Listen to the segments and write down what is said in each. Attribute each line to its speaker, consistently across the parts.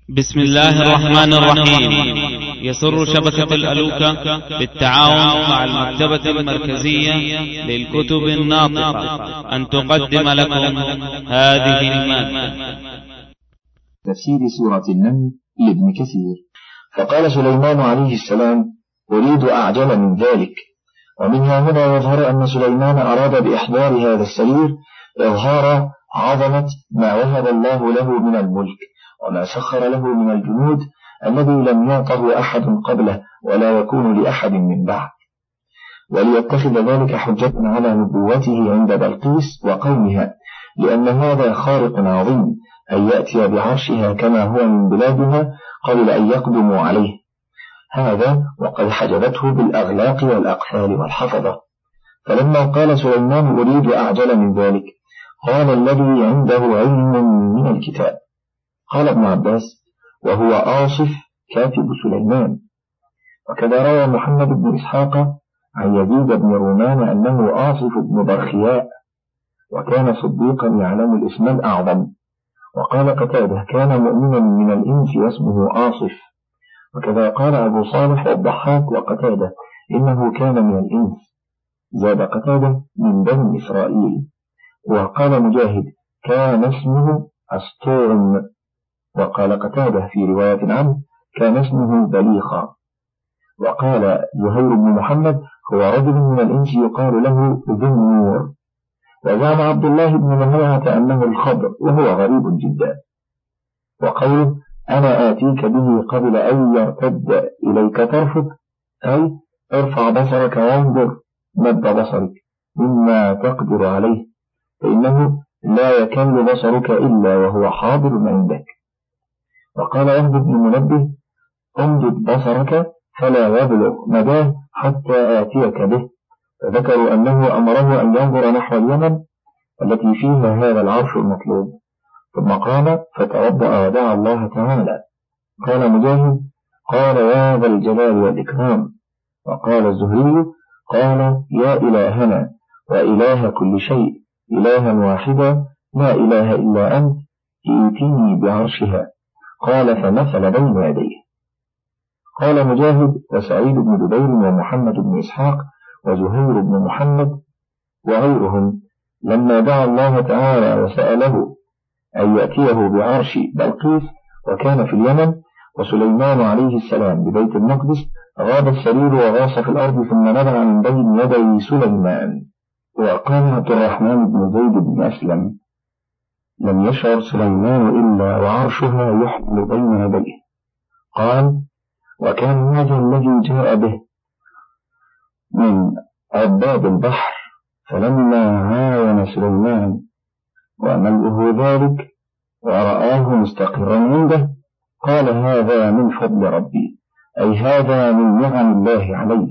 Speaker 1: بسم الله الرحمن الرحيم. يسر شبكة الألوكة بالتعاون مع المكتبة المركزية للكتب الناطقة أن تقدم لكم هذه المادة.
Speaker 2: تفسير سورة النمل لابن كثير. فقال سليمان عليه السلام: أريد أعجل من ذلك. ومنها هنا يظهر أن سليمان أراد بإحضار هذا السرير إظهار عظمة ما وهب الله له من الملك وما سخر له من الجنود الذي لم يعطه أحد قبله ولا يكون لأحد من بعد، وليتخذ ذلك حجة على نبوته عند بلقيس وقومها، لأن هذا خارق عظيم أن يأتي بعرشها كما هو من بلادها قبل أن يقدموا عليه، هذا وقد حجبته بالأغلاق والأقفال والحفظة. فلما قال سليمان أريد أعجل من ذلك، قال الذي عنده علم من الكتاب. قال ابن عباس: وهو آصف كاتب سليمان. وكذا روى محمد بن إسحاق عن يزيد بن رومان أنه آصف بن برخياء، وكان صديقا يعلم الاسم الأعظم. وقال قتادة: كان مؤمنا من الإنس واسمه آصف. وكذا قال أبو صالح والضحاك وقتادة إنه كان من الإنس، زاد قتادة من بني إسرائيل. وقال مجاهد: كان اسمه أسطوع. وقال قتادة في رواية عنه: كان اسمه بليخا. وقال زهير بن محمد: هو رجل من الإنس يقال له ذو النور. وزعم عبد الله بن مهيعة أنه الخضر، وهو غريب جدا. وقوله: أنا آتيك به قبل أن يرتد إليك طرفك، أي ارفع بصرك وانظر مد بصرك مما تقدر عليه، فإنه لا يكل بصرك إلا وهو حاضر عندك. وقال وهب بن منبه: امدد بصرك فلا يبلغ مداه حتى آتيك به. فذكروا أنه أمره أن ينظر نحو اليمن التي فيها هذا العرش المطلوب، ثم قام فتوضأ ودعا الله تعالى. قال مجاهد: قال يا ذا الجلال والإكرام. وقال الزهري: قال يا إلهنا وإله كل شيء، إلها واحدا لا إله إلا أنت، ائتني بعرشها. قال فمثل بين يديه. قال مجاهد وسعيد بن جبير ومحمد بن إسحاق وزهير بن محمد وغيرهم لما دعا الله تعالى وسأله أن يأتيه بعرش بلقيس وكان في اليمن وسليمان عليه السلام ببيت المقدس، غاب السرير وغاص في الأرض ثم نبع من بين يدي سليمان. وقال عبد الرحمن بن زيد بن أسلم: لم يشعر سليمان إلا وعرشها يحمل بين يديه. قال: وكان هذا الذي جاء به من عباد البحر، فلما عاين سليمان وملئه ذلك ورآه مستقرا عنده، قال هذا من فضل ربي، أي هذا من نعم الله عليه.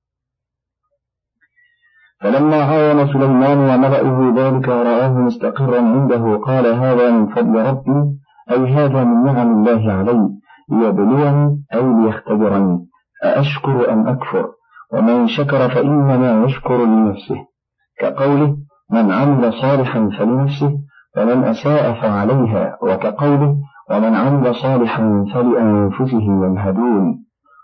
Speaker 2: فلما عاين سليمان وملئه ذلك ورآه مستقرا عنده، قال هذا من فضل ربي، أي هذا من نعم الله علي، ليبلوني أي ليختبرني أأشكر أم أكفر، ومن شكر فإنما يشكر لنفسه، كقوله: من عمل صالحا فلنفسه ومن أساء فعليها، وكقوله: ومن عمل صالحا فلأنفسهم يمهدون،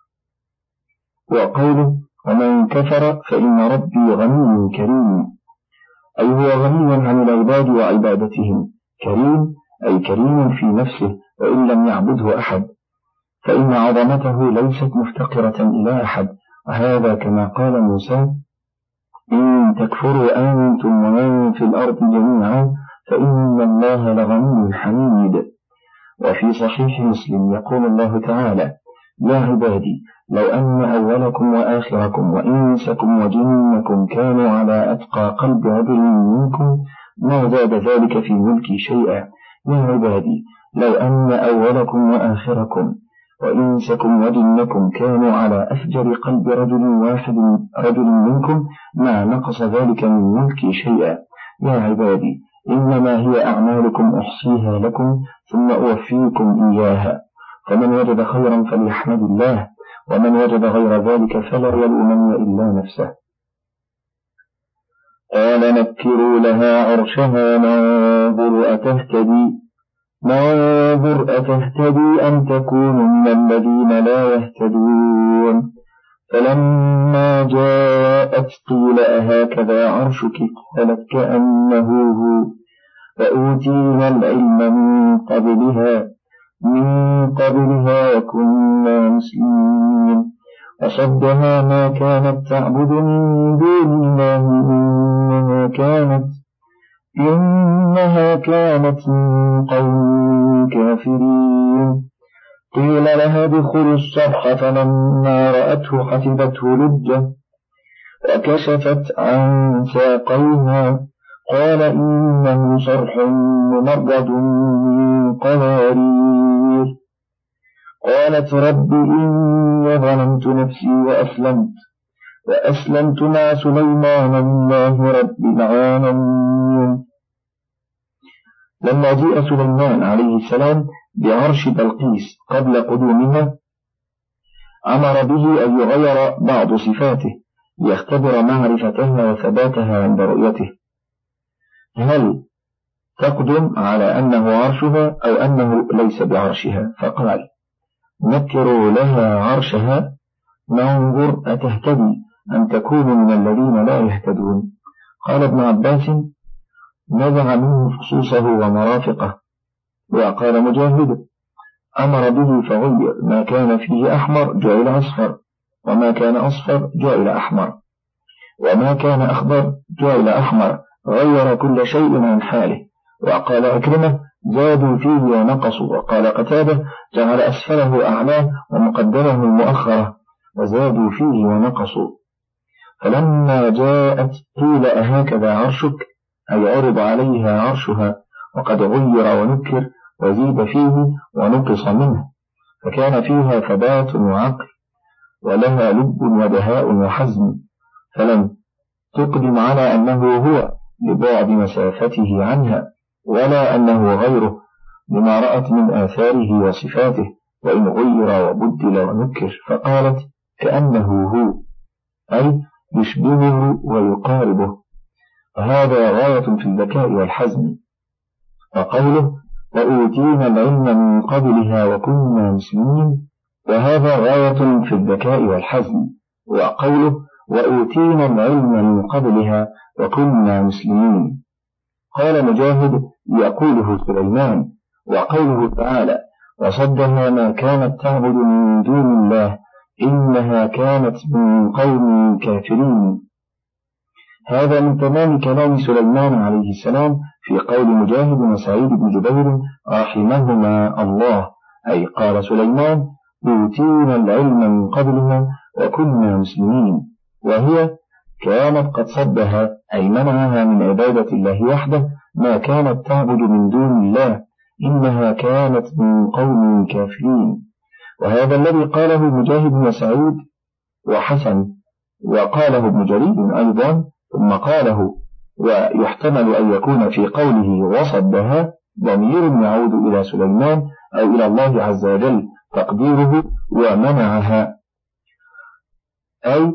Speaker 2: وقوله: ومن كفر فإن ربي غني كريم، أي هو غني عن العباد وعبادتهم، كريم أي كريم في نفسه وإن لم يعبده أحد، فإن عظمته ليست مفتقرة إلى أحد. وهذا كما قال موسى: إن تكفروا أنتم ومن في الأرض جميعا فإن الله لغني حميد. وفي صحيح مسلم يقول الله تعالى: يا عبادي لو أن أولكم وآخركم وإنسكم وجنكم كانوا على أتقى قلب رجل منكم ما زاد ذلك في ملكي شيئا. يا عبادي لو أن أولكم وآخركم وإنسكم وجنكم كانوا على أفجر قلب رجل منكم ما نقص ذلك من ملكي شيئا. يا عبادي إنما هي أعمالكم أحصيها لكم ثم أوفيكم إياها، فمن وجد خيرا فليحمد الله، ومن وجد غير ذلك فلا يلومن إلا نفسه. قال نكروا لها عرشها ننظر أتهتدي، منظر أتهتدي أم تكون من الذين لا يهتدون فلما جاءت قيل أهكذا عرشك قالت كأنه هو فأوتينا العلم من قبلها وكنا مسلمين وصدها ما كانت تعبد من دون الله إنها كانت من قوم كافرين قيل لها ادخلوا الصرح فلما رأته حسبته لجة وكشفت عن ساقيها قال إنه صرح ممرد من قوارير قالت رب إني ظلمت نفسي وأسلمت مع سليمان لله رب العالمين. لما جاء سليمان عليه السلام بعرش بلقيس قبل قدومها أمر به أن يغير بعض صفاته ليختبر معرفتها وثباتها عند رؤيته، هل تقدم على أنه عرشها أو أنه ليس بعرشها؟ فقال نكروا لها عرشها ننظر أتهتدي أم تكون من الذين لا يهتدون. قال ابن عباس نزع منه فصوصه ومرافقه. وقال مجاهد أمر به فغير ما كان فيه أحمر جعل أصفر وما كان أصفر جعل أحمر وما كان أخضر جعل أحمر غير كل شيء عن حاله. وقال أكرمه زادوا فيه ونقصوا. وقال قتادة جعل أسفله أعلاه ومقدمه مؤخره وزادوا فيه ونقصوا. فلما جاءت قيل أهكذا عرشك أي عرض عليها عرشها وقد غير ونكر وزيد فيه ونقص منه فكان فيها ثبات وعقل ولها لب ودهاء وحزم فلم تقدم على أنه هو لبعد مسافته عنها ولا أنه غيره لما رأت من آثاره وصفاته وإن غير وبدل ونكر فقالت كأنه هو أي يشبهه ويقاربه. وهذا غاية في الذكاء والحزم. وقوله وأوتينا العلم من قبلها وكنا مسلمين وهذا غاية في الذكاء والحزم. وقوله وأوتينا العلم من قبلها وكنا مسلمين قال مجاهد يقوله سليمان. وقوله تعالى وصدها ما كانت تعبد من دون الله إنها كانت من قوم كافرين. هذا من تمام كلام سليمان عليه السلام في قول مجاهد وسعيد بن جبير رحمهما الله أي قال سليمان أوتينا العلم من قبلها وكنا مسلمين وهي كانت قد صدها أي منعها من عبادة الله وحده ما كانت تعبد من دون الله إنها كانت من قوم كافرين. وهذا الذي قاله مجاهد وسعيد وحسن وقاله ابن جرير أيضا ثم قاله ويحتمل أن يكون في قوله وصدها ضمير يعود إلى سليمان أو إلى الله عز وجل تقديره ومنعها أي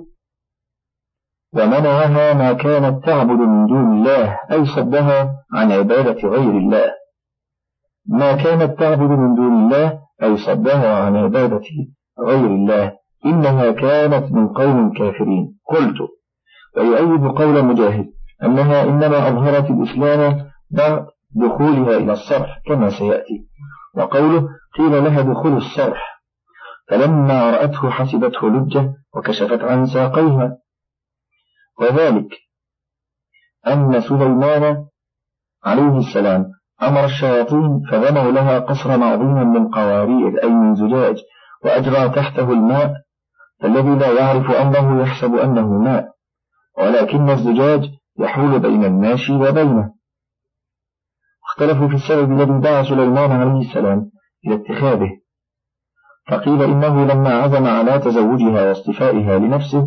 Speaker 2: ومنعها ما كانت تعبد من دون الله أي صدها عن عبادة غير الله ما كانت تعبد من دون الله أي صدها عن عبادة غير الله إنها كانت من قوم كافرين. قلت ويؤيد قول مجاهد أنها إنما أظهرت الإسلام بعد دخولها إلى الصرح كما سيأتي. وقوله قيل لها دخول الصرح فلما رأته حسبته لجة وكشفت عن ساقيها وذلك أن سليمان عليه السلام أمر الشياطين فبنوا لها قصرا عظيما من قوارير أي من زجاج وأجرى تحته الماء فالذي لا يعرف أنه يحسب أنه ماء ولكن الزجاج يحول بين الماشي وبينه. اختلفوا في السبب الذي دعا سليمان عليه السلام إلى اتخاذه فقيل إنه لما عزم على تزوجها واصطفائها لنفسه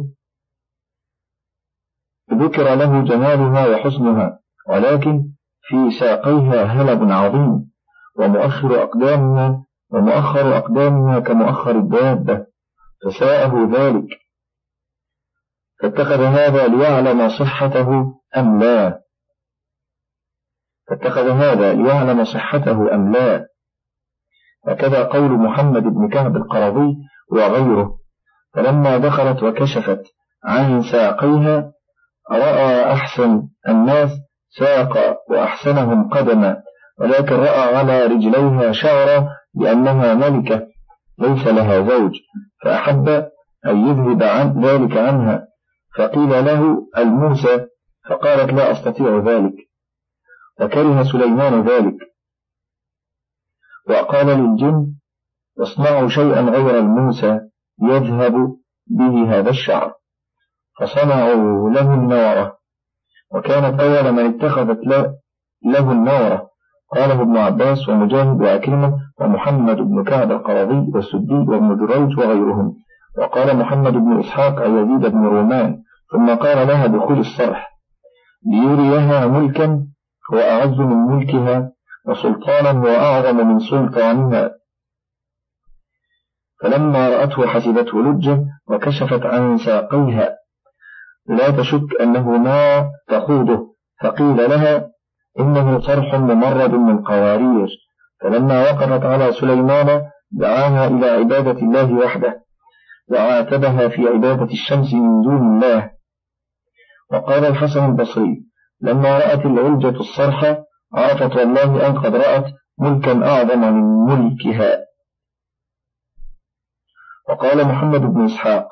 Speaker 2: ذكر له جمالها وحسنها ولكن في ساقيها هلب عظيم ومؤخر أقدامها كمؤخر الدابة فساءه ذلك فاتخذ هذا ليعلم صحته أم لا. فاتخذ هذا ليعلم صحته أم لا. هكذا قول محمد بن كعب القرظي وغيره. فلما دخلت وكشفت عن ساقيها رأى أحسن الناس ساقا وأحسنهم قدما، ولكن رأى على رجليها شعرا لأنها ملكة ليس لها زوج، فأحب أن يذهب عن ذلك عنها، فقيل له الموسى، فقالت لا أستطيع ذلك، فكره سليمان ذلك، وقال للجن اصنعوا شيئا غير الموسى يذهب به هذا الشعر، فصنعوا له النورة، وكانت أول من اتخذت له النورة. قاله ابن عباس ومجاهد وأكرمة ومحمد بن كعب القرظي والسدي وابن جريج وغيرهم. وقال محمد بن إسحاق يزيد بن رومان ثم قال لها دخول الصرح ليريها ملكا هو أعز من ملكها وسلطانا هو أعظم من سلطانها. فلما رأته حسبته لجة وكشفت عن ساقيها لا تشك أنه ما تخوضه، فقيل لها إنه صرح ممرد من قوارير. فلما وقفت على سليمان دعاها إلى عبادة الله وحده، وعاتبها في عبادة الشمس من دون الله. وقال الحسن البصري لما رأت العلجة الصرح عرفت والله أن قد رأت ملكا أعظم من ملكها. وقال محمد بن إسحاق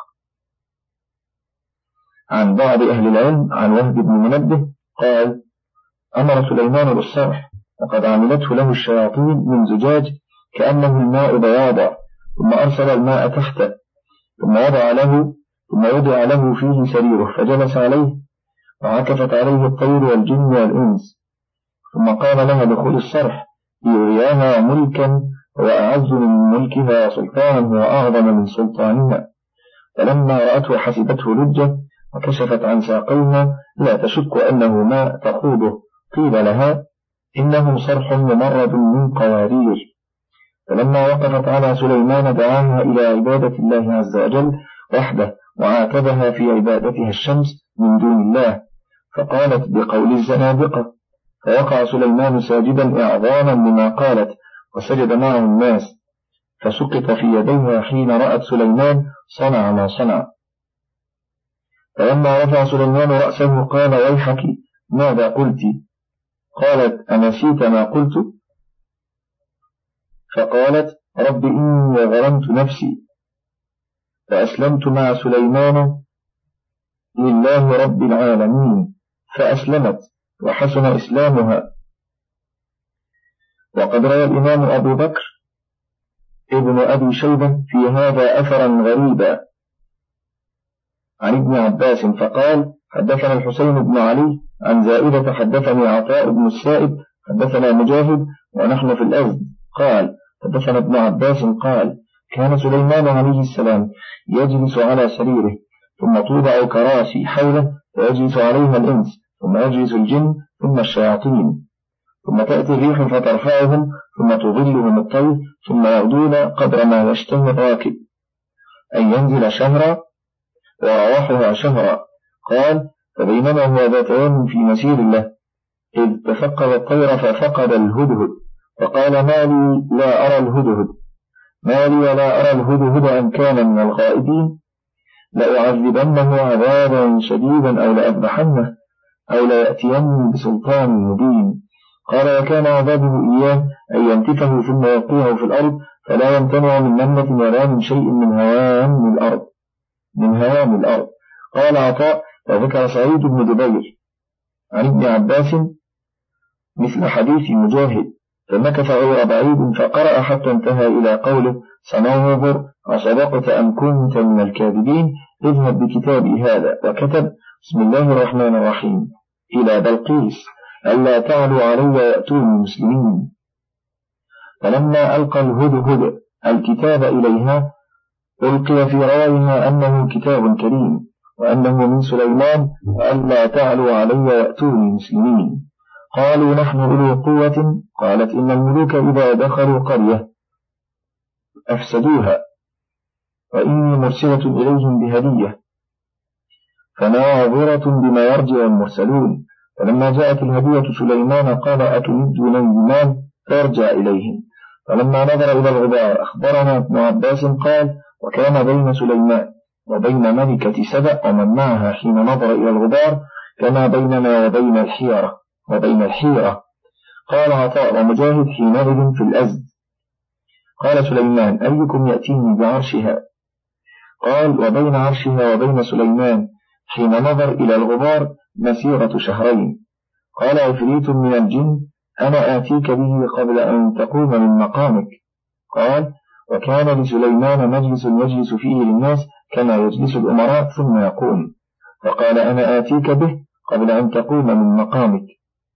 Speaker 2: عن بعض أهل العلم عن وهب بن منبه قال أمر سليمان بالصرح وقد عملته له الشياطين من زجاج كأنه الماء بياضا، ثم أرسل الماء تحته، ثم وضع له فيه سريره فجلس عليه، وعكفت عليه الطير والجن والإنس، ثم قال لها دخول الصرح ليرياها ملكا هو أعز من ملكها وسلطانا هو أعظم من سلطانها. فلما رأته حسبته لجة وكشفت عن ساقيها لا تشك أنه ماء تخوضه، قيل لها إنه صرح ممرد من قوارير. فلما وقفت على سليمان دعاها إلى عبادة الله عز وجل وحده، وعاتبها في عبادتها الشمس من دون الله، فقالت بقول الزنادقة، فوقع سليمان ساجدا إعظاما لما قالت، وسجد معه الناس، فسقط في يديها حين رأت سليمان صنع ما صنع. فلما رفع سليمان رأسه قال ويحك ماذا قلت؟ قالت أنسيت ما قلت؟ فقالت رب إني ظلمت نفسي فأسلمت مع سليمان لله رب العالمين، فأسلمت وحسن إسلامها. وقد روى الإمام أبو بكر ابن أبي شيبة في هذا أثرا غريبا عن ابن عباس فقال حدثنا الحسين بن علي عن زائدة حدثني عطاء بن السائب حدثنا مجاهد ونحن في الأزد قال حدثنا ابن عباس قال كان سليمان عليه السلام يجلس على سريره، ثم توضع كراسي حوله فيجلس عليها الإنس، ثم يجلس الجن، ثم الشياطين، ثم تأتي الريح فترفعهم، ثم تظلهم الطير، ثم يغدون قدر ما يشتهي الراكب أن ينزل شهرا ورواحها شهرا. قال فبينما هو ذات يوم في مسير الله إذ تفقد الطير ففقد الهدهد، فقال ما لي لا أرى الهدهد، ما لي ولا أرى الهدهد أن كان من الغائبين، لأعذبنه عذابا شديدا أو لأذبحنه أو ليأتين بسلطان مبين. قال وكان عذابه إياه أن ينتفه ثم يلقيه في الأرض فلا يمتنع من نملة ولا من شيء من هوام الأرض. قال عطاء وذكر سعيد بن جبير عن ابن عباس مثل حديث مجاهد، فمكث غير بعيد فقرأ حتى انتهى إلى قوله سننظر أصدقت أم كنت من الكاذبين اذهب بكتابي هذا، وكتب بسم الله الرحمن الرحيم إلى بلقيس ألا تعلوا علي يأتوني مسلمين. فلما ألقى الهدهد الكتاب إليها ألقي في روايها أنه كتاب كريم وأنه من سليمان وألا تعلوا علي يأتوني مسلمين. قالوا نحن أولو قوة. قالت إن الملوك إذا دخلوا قرية أفسدوها، وإني مرسلة إليهم بهدية فناظرة بما يرجع المرسلون. فلما جاءت الهدية سليمان قال أتمدونني بمال فارجع إليهم. فلما نظر إلى الغبار أخبرنا ابن عباس قال وكان بين سليمان وبين ملكة سبأ ومن معها حين نظر إلى الغبار كما بيننا وبين الحيرة. قال عطاء ومجاهد حينئذ في الأزد. قال سليمان أيكم يأتيني بعرشها؟ قال وبين عرشها وبين سليمان حين نظر إلى الغبار مسيرة شهرين. قال عفريت من الجن أنا آتيك به قبل أن تقوم من مقامك. قال وكان لسليمان مجلس يجلس فيه للناس كما يجلس الأمراء ثم يقوم، فقال أنا آتيك به قبل أن تقوم من مقامك.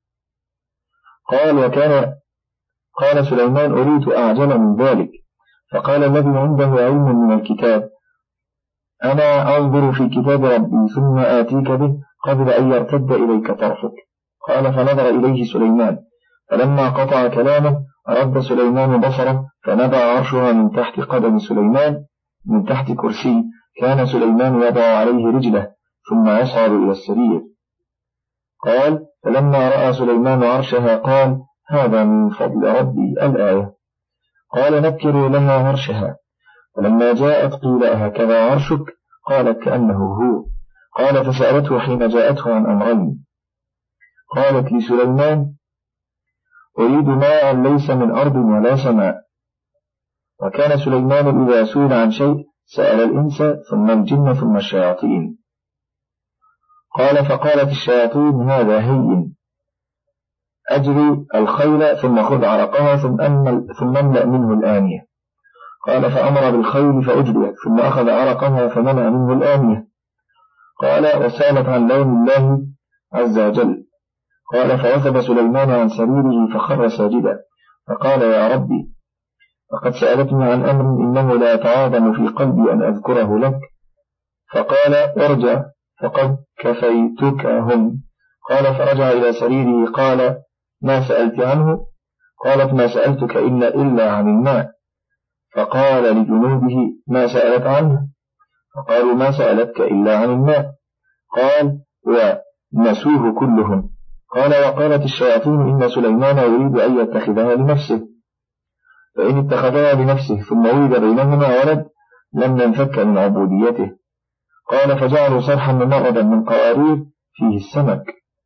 Speaker 2: قال سليمان أريد أعجل من ذلك. فقال الذي عنده علم من الكتاب أنا أنظر في كتاب ربي ثم آتيك به قبل أن يرتد إليك طرفك. قال فنظر إليه سليمان، فلما قطع كلامه رد سليمان بصره فنبع عرشها من تحت قدم سليمان من تحت كرسي كان سليمان يضع عليه رجله ثم يصعد إلى السرير. قال فلما رأى سليمان عرشها قال هذا من فضل ربي الآية. قال نكروا لها عرشها. فلما جاءت قيل هكذا عرشك؟ قالت كأنه هو. قال فسألته حين جاءته عن أمرين. قالت لسليمان أريد ماء ليس من أرض ولا سماء. وكان سليمان إذا سئل عن شيء سأل الإنس ثم الجن ثم الشياطين. قال فقالت الشياطين هذا هين أجري الخيل ثم خذ عرقها ثم املأ منه الآنية. قال فأمر بالخيل فأجريت ثم أخذ عرقها فملأ منه الآنية. قال وسألت عن لون الله عز وجل. قال فوثب سليمان عن سريره فخر ساجدا فقال يا ربي وقد سألتني عن أمر إنه لا يتعاظم في قلبي أن أذكره لك. فقال ارجع فقد كفيتكهم. قال فرجع إلى سريره. قال ما سألت عنه؟ قالت ما سألتك إلا عن الماء. فقال لجنوده ما سألت عنه؟ فقالوا ما سألتك إلا عن الماء. قال ونسوه كلهم. قال وقالت الشياطين إن سليمان يريد أن يتخذها لنفسه، فإن اتخذها لنفسه ثم ولد بينهما ولد لم ننفك من عبوديته. قال فجعلوا صرحا ممردا من قوارير فيه السمك.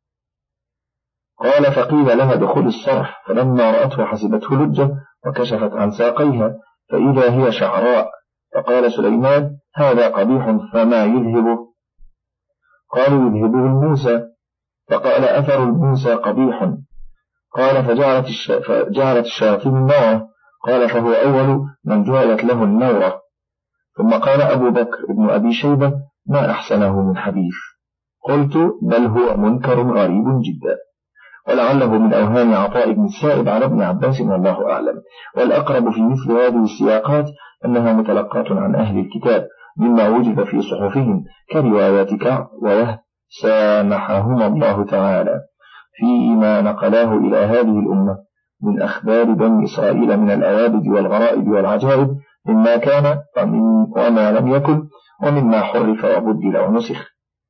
Speaker 2: قال فقيل لها دخول الصرح فلما رأته حسبته لجة وكشفت عن ساقيها فإذا هي شعراء. فقال سليمان هذا قبيح فما يذهبه؟ قالوا يذهبه الموسى. فقال أثر الموسى قبيح. قال فجعلت الشياطين النورة. قال فهو أول من جعلت له النورة. ثم قال أبو بكر ابن أبي شيبة ما أحسنه من حديث. قلت بل هو منكر غريب جدا، ولعله من أوهام عطاء بن السائب على ابن عباس والله أعلم. والأقرب في مثل هذه السياقات أنها متلقاة عن أهل الكتاب مما وجد في صحفهم كروايات كعب ووهب سامحهم الله تعالى فيما نقلاه إلى هذه الأمة من أخبار بني إسرائيل من الأوابد والغرائب والعجائب مما كان وما لم يكن ومما حرف وبدل ونسخ.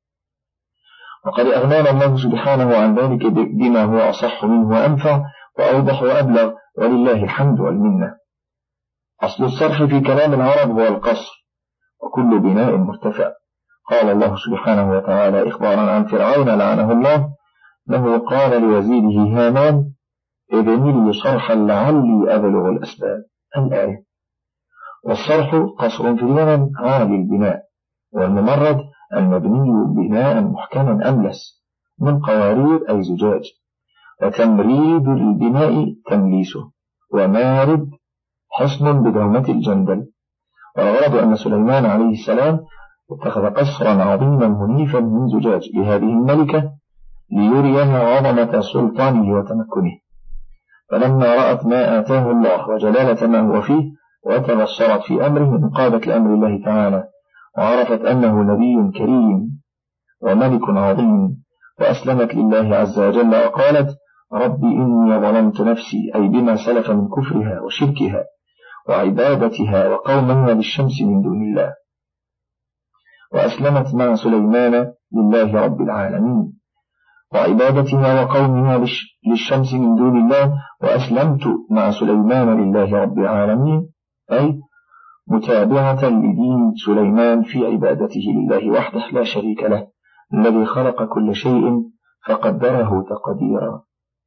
Speaker 2: وقد أغنانا الله سبحانه عن ذلك بما هو أصح منه وأنفع وأوضح وأبلغ ولله الحمد والمنة. أصل الصرح في كلام العرب هو القصر وكل بناء مرتفع. قال الله سبحانه وتعالى إخبارا عن فرعون لعنه الله له قال لوزيره هامان ابن لي صرحا لعلي أبلغ الأسباب الآية. والصرح قصر في اليمن عالي البناء، والممرد المبني بناء محكما أملس من قوارير أي زجاج، وتمريد البناء تمليسه، ومارد حصن بدومة الجندل. والغرض أن سليمان عليه السلام اتخذ قصرا عظيما منيفا من زجاج لهذه الملكة ليريها عظمة سلطانه وتمكنه. فلما رأت ما آتاه الله وجلالة ما هو فيه وتبصرت في أمره انقادت لأمر الله تعالى وعرفت أنه نبي كريم وملك عظيم وأسلمت لله عز وجل وقالت ربي إني ظلمت نفسي أي بما سلف من كفرها وشركها وعبادتها وقومها للشمس من دون الله، وأسلمت مع سليمان لله رب العالمين. وعبادتها وقومها للشمس من دون الله، وأسلمت مع سليمان لله رب العالمين، أي متابعة لدين سليمان في عبادته لله وحده لا شريك له، الذي خلق كل شيء فقدره تقديرا.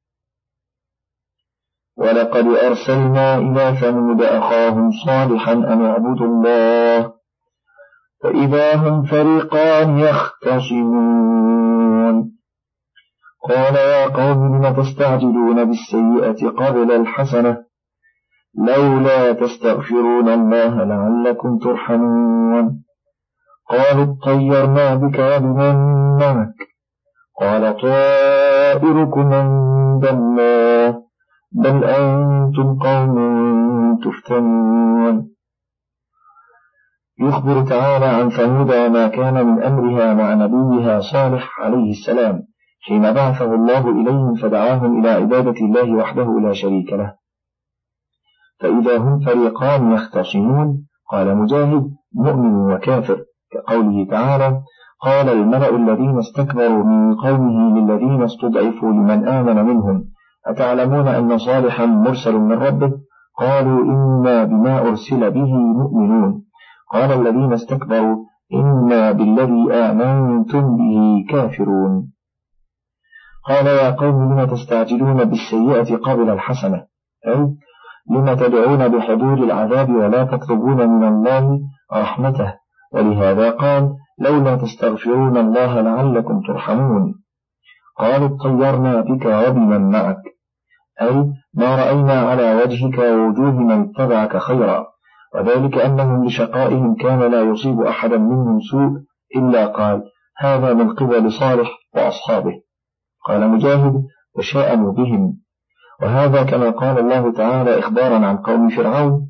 Speaker 2: ولقد أرسلنا إلى ثمود أخاهم صالحا أن اعبدوا الله فإذا هم فريقان يختصمون. قال يا قوم لم تستعجلون بالسيئة قبل الحسنة لولا تستغفرون الله لعلكم ترحمون. قالوا اطيرنا بك وبمن معك قال طائركم عند الله بل أنتم قوم تفتنون. يخبر تعالى عن ثمود وما كان من أمرها مع نبيها صالح عليه السلام حين بعثه الله إليهم فدعاهم إلى عبادة الله وحده لا شريك له. فإذا هم فريقان يختصمون، قال مجاهد مؤمن وكافر، كقوله تعالى قال الملأ الذين استكبروا من قومه للذين استضعفوا لمن آمن منهم أتعلمون أن صالحا مرسل من ربه؟ قالوا إنا بما أرسل به مؤمنون. قال الذين استكبروا إنا بالذي آمنتم به كافرون. قال يا قوم لم تستعجلون بالسيئة قبل الحسنة، أي لم تدعون بحضور العذاب ولا تطلبون من الله رحمته، ولهذا قال لولا تستغفرون الله لعلكم ترحمون. قالوا اطيرنا بك وبمن معك، أي ما رأينا على وجهك ووجوه من اتبعك خيرا، وذلك أنهم لشقائهم كان لا يصيب أحدا منهم سوء إلا قال هذا من قبل صالح وأصحابه. قال مجاهد وشاءموا بهم، وهذا كما قال الله تعالى إخبارا عن قوم فرعون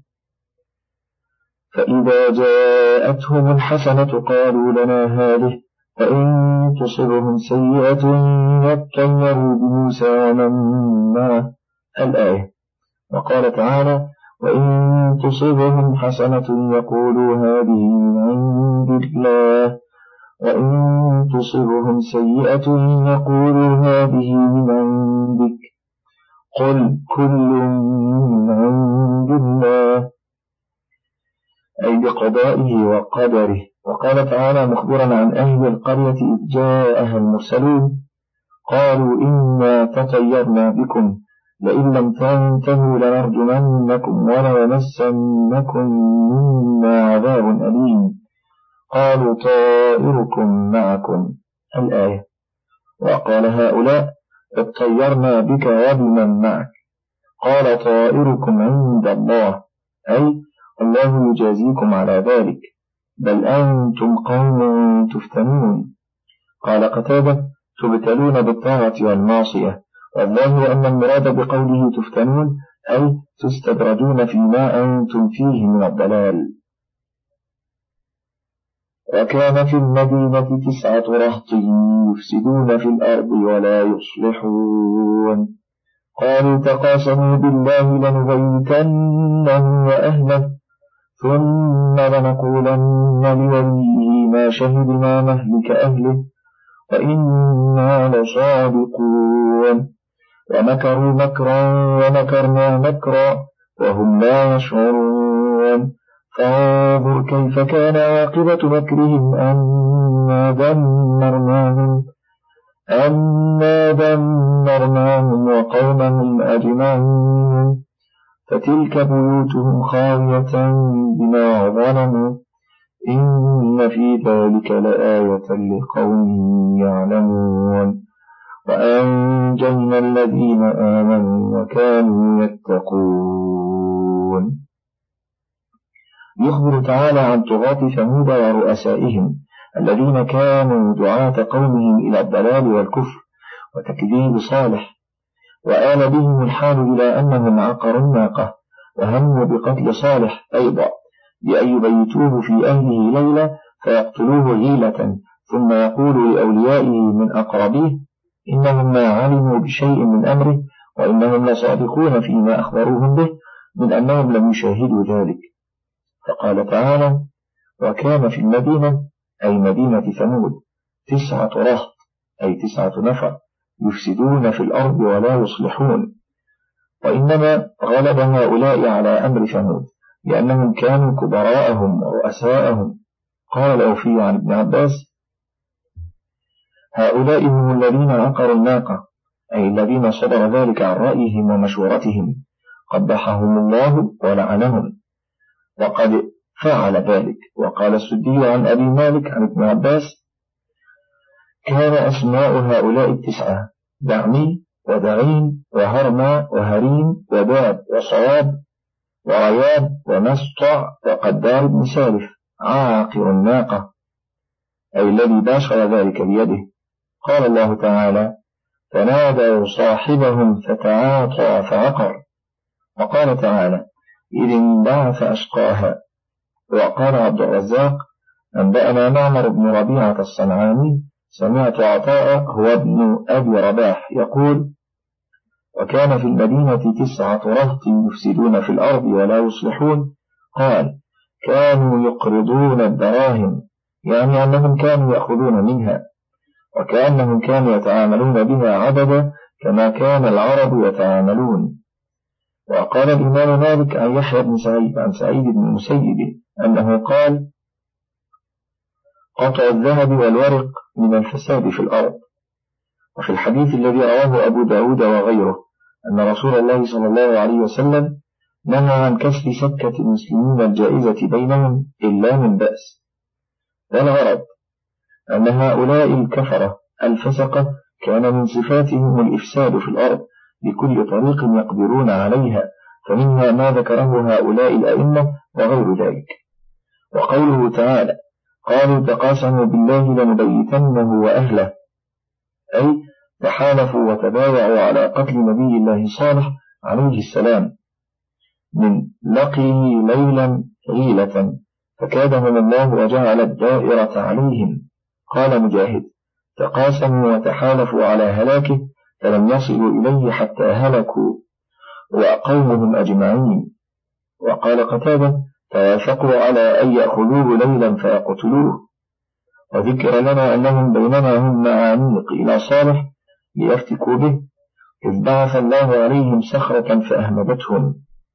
Speaker 2: فإذا جاءتهم الحسنة قالوا لنا هذه فإن تصبهم سيئة يطيروا بموسى ومن معه الآية. وقال تعالى وإن تصبهم حسنة يقولوا هذه من عند الله وإن تصبهم سيئة يقولوا هذه من عندك قل كل من عند الله، أي بقضائه وقدره. وقال تعالى مخبرا عن أهل القرية إذ جاءها المرسلون قالوا إنا تطيرنا بكم لئن لم تنتهوا لنرجمنكم وليمسنكم منا عذاب أليم. قالوا طائركم معكم الآية. وقال هؤلاء اطيرنا بك وبمن معك قال طائركم عند الله، أي الله يجازيكم على ذلك بل أنتم قوم تفتنون. قال قتادة تبتلون بالطاعة والمعصية، والله أن المراد بقوله تفتنون أي تستدرجون فيما أنتم فيه من الضلال. وكان في المدينة 9 رهط يفسدون في الأرض ولا يصلحون قالوا تقاسموا بالله لنبيتنه وأهله ثم لنقولن لوليه ما شهدنا مهلك أهله وإنا لصادقون. ومكروا مكرا ومكرنا مكرا وهم لا يشعرون فانظر كيف كان عاقبة مكرهم أنا دمرناهم وقومهم أجمعين فتلك بيوتهم خاوية بما ظلموا إن في ذلك لآية لقوم يعلمون وأنجينا الذين آمنوا وكانوا يتقون. يخبر تعالى عن طغاة ثمود ورؤسائهم الذين كانوا دعاة قومهم إلى الضلال والكفر وتكذيب صالح، وآل بهم الحال إلى أنهم عقروا الناقة وهموا بقتل صالح أيضا بأن يبيتوه في أهله ليلة فيقتلوه غيلة ثم يقول لأوليائه من أقربيه إنهم ما علموا بشيء من أمره وإنهم لصادقون فيما أخبروهم به من أنهم لم يشاهدوا ذلك. فقال تعالى وكان في المدينة أي مدينة ثمود 9 رهط أي 9 نفر يفسدون في الأرض ولا يصلحون. وإنما غلب هؤلاء على أمر ثمود لأنهم كانوا كبراءهم ورؤساءهم. قال الأوفي عن ابن عباس: هؤلاء هم الذين عقروا الناقة، أي الذين صدر ذلك عن رأيهم ومشورتهم، قبحهم الله ولعنهم، وقد فعل ذلك. وقال السدي عن أبي مالك عن ابن عباس: كان أسماء هؤلاء 9: دعني ودعين وهرما وهريم وداب وصواب ورياب ومسطع وقدار بن سالف، عاقر الناقة، أي الذي باشر ذلك بيده. قال الله تعالى: فنادوا صاحبهم فتعاطى فعقر. وقال تعالى: إذ انبعث أشقاها. وقال عبد الرزاق: أنبأنا معمر بن ربيعة الصنعاني سمعت عطاء هو ابن أبي رباح يقول: وكان في المدينة 9 رهط يفسدون في الأرض ولا يصلحون. قال: كانوا يقرضون الدراهم، يعني أنهم كانوا يأخذون منها، وكأنهم كانوا يتعاملون بها عددا كما كان العرب يتعاملون. وقال الإمام مالك عن يحيى بن سعيد عن سعيد بن المسيب أنه قال: قطع الذهب والورق من الفساد في الأرض. وفي الحديث الذي رواه أبو داود وغيره أن رسول الله صلى الله عليه وسلم نهى عن كسر سكة المسلمين الجائزة بينهم إلا من بأس. والغرض أن هؤلاء الكفرة الفسقة كان من صفاتهم الإفساد في الأرض بكل طريق يقدرون عليها، فمنها ما ذكره هؤلاء الأئمة وغير ذلك. وقوله تعالى: قالوا تقاسموا بالله لنبيتنه وأهله، أي تحالفوا وتبايعوا على قتل نبي الله صالح عليه السلام من لقيه ليلا غيلة فكادهم الله وجعل الدائرة عليهم. قال مجاهد: تقاسموا وتحالفوا على هلاكه فلم يصلوا إليه حتى هلكوا وقومهم أجمعين. وقال قتادة: توافقوا على أن يأخذوه ليلا فيقتلوه. وذكر لنا أنهم بينما هم معانيق إلى صالح ليفتكوا به إذ بعث الله عليهم صخرة فأهمدتهم.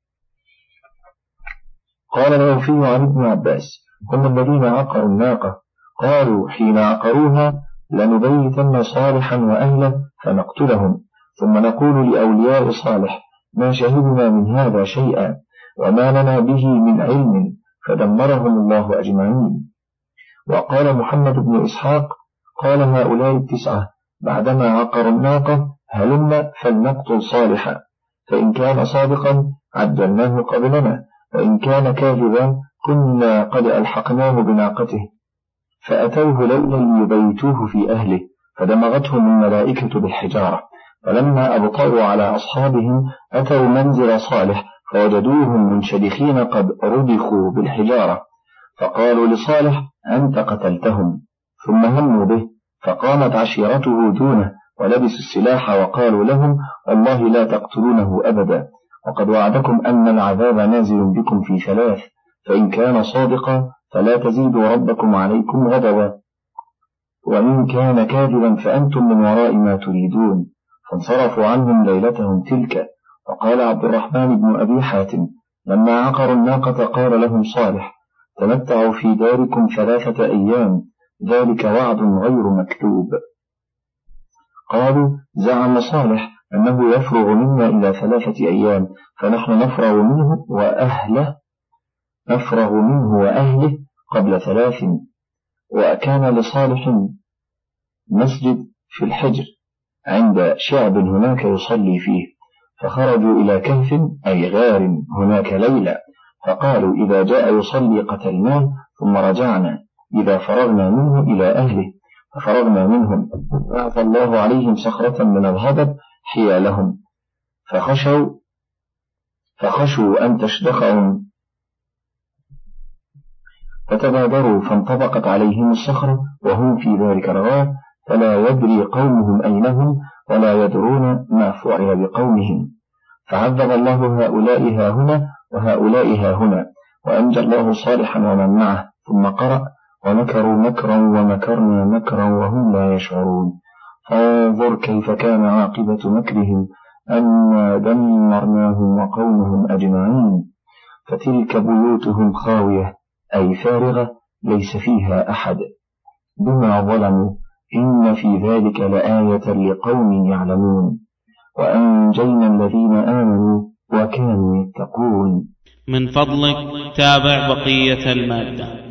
Speaker 2: قال الأوفي عن ابن عباس: هم الذين عقروا الناقة، قالوا حين عقروها: لنبيتن صالحا وأهله فنقتلهم، ثم نقول لأولياء صالح: ما شهدنا من هذا شيئا وما لنا به من علم، فدمرهم الله أجمعين. وقال محمد بن إسحاق: قال هؤلاء 9 بعدما عقروا الناقة: هلم فلنقتل صالحا، فإن كان صادقا عجلناه قبلنا، وإن كان كاذبا كنا قد ألحقناه بناقته. فأتوه ليلا ليبيتوه في أهله فدمغتهم الملائكة بالحجارة، فلما أبطأوا على أصحابهم أتوا منزل صالح فوجدوهم منشدخين قد رضخوا بالحجارة، فقالوا لصالح: أنت قتلتهم. ثم هموا به، فقامت عشيرته دونه ولبسوا السلاح وقالوا لهم: والله لا تقتلونه أبدا، وقد وعدكم أن العذاب نازل بكم في 3، فإن كان صادقا فلا تزيدوا ربكم عليكم غضبا، وإن كان كاذبا فأنتم من وراء ما تريدون. فانصرفوا عنهم ليلتهم تلك. وقال عبد الرحمن بن أبي حاتم: لما عقروا الناقة قال لهم صالح: تمتعوا في داركم 3 أيام، ذلك وعد غير مكتوب. قالوا: زعم صالح أنه يفرغ منا إلى 3 أيام، فنحن نفرغ منه وأهله قبل 3. وكان لصالح مسجد في الحجر عند شعب هناك يصلي فيه، فخرجوا إلى كهف أي غار هناك ليلة، فقالوا: إذا جاء يصلي قتلناه ثم رجعنا، إذا فرغنا منه إلى أهله، ففرغنا منهم، بعث الله عليهم صخرة من الغضب حيالهم، فخشوا أن تشدخهم، فتبادروا فانطبقت عليهم الصخرة وهم في ذلك الغار، فلا يدري قومهم أين هم ولا يدرون ما فعل بقومهم، فعذب الله هؤلاء هاهنا وهؤلاء هاهنا، وأنجى الله صالحا ومن معه. ثم قرأ: ومكروا مكرا ومكرنا مكرا وهم لا يشعرون. فانظر كيف كان عاقبة مكرهم أنا دمرناهم وقومهم أجمعين. فتلك بيوتهم خاوية أي فارغة ليس فيها أحد بما ظلموا إن في ذلك لآية لقوم يعلمون. وأنجينا الذين آمنوا وكانوا يتقون.
Speaker 1: من فضلك تابع بقية المادة.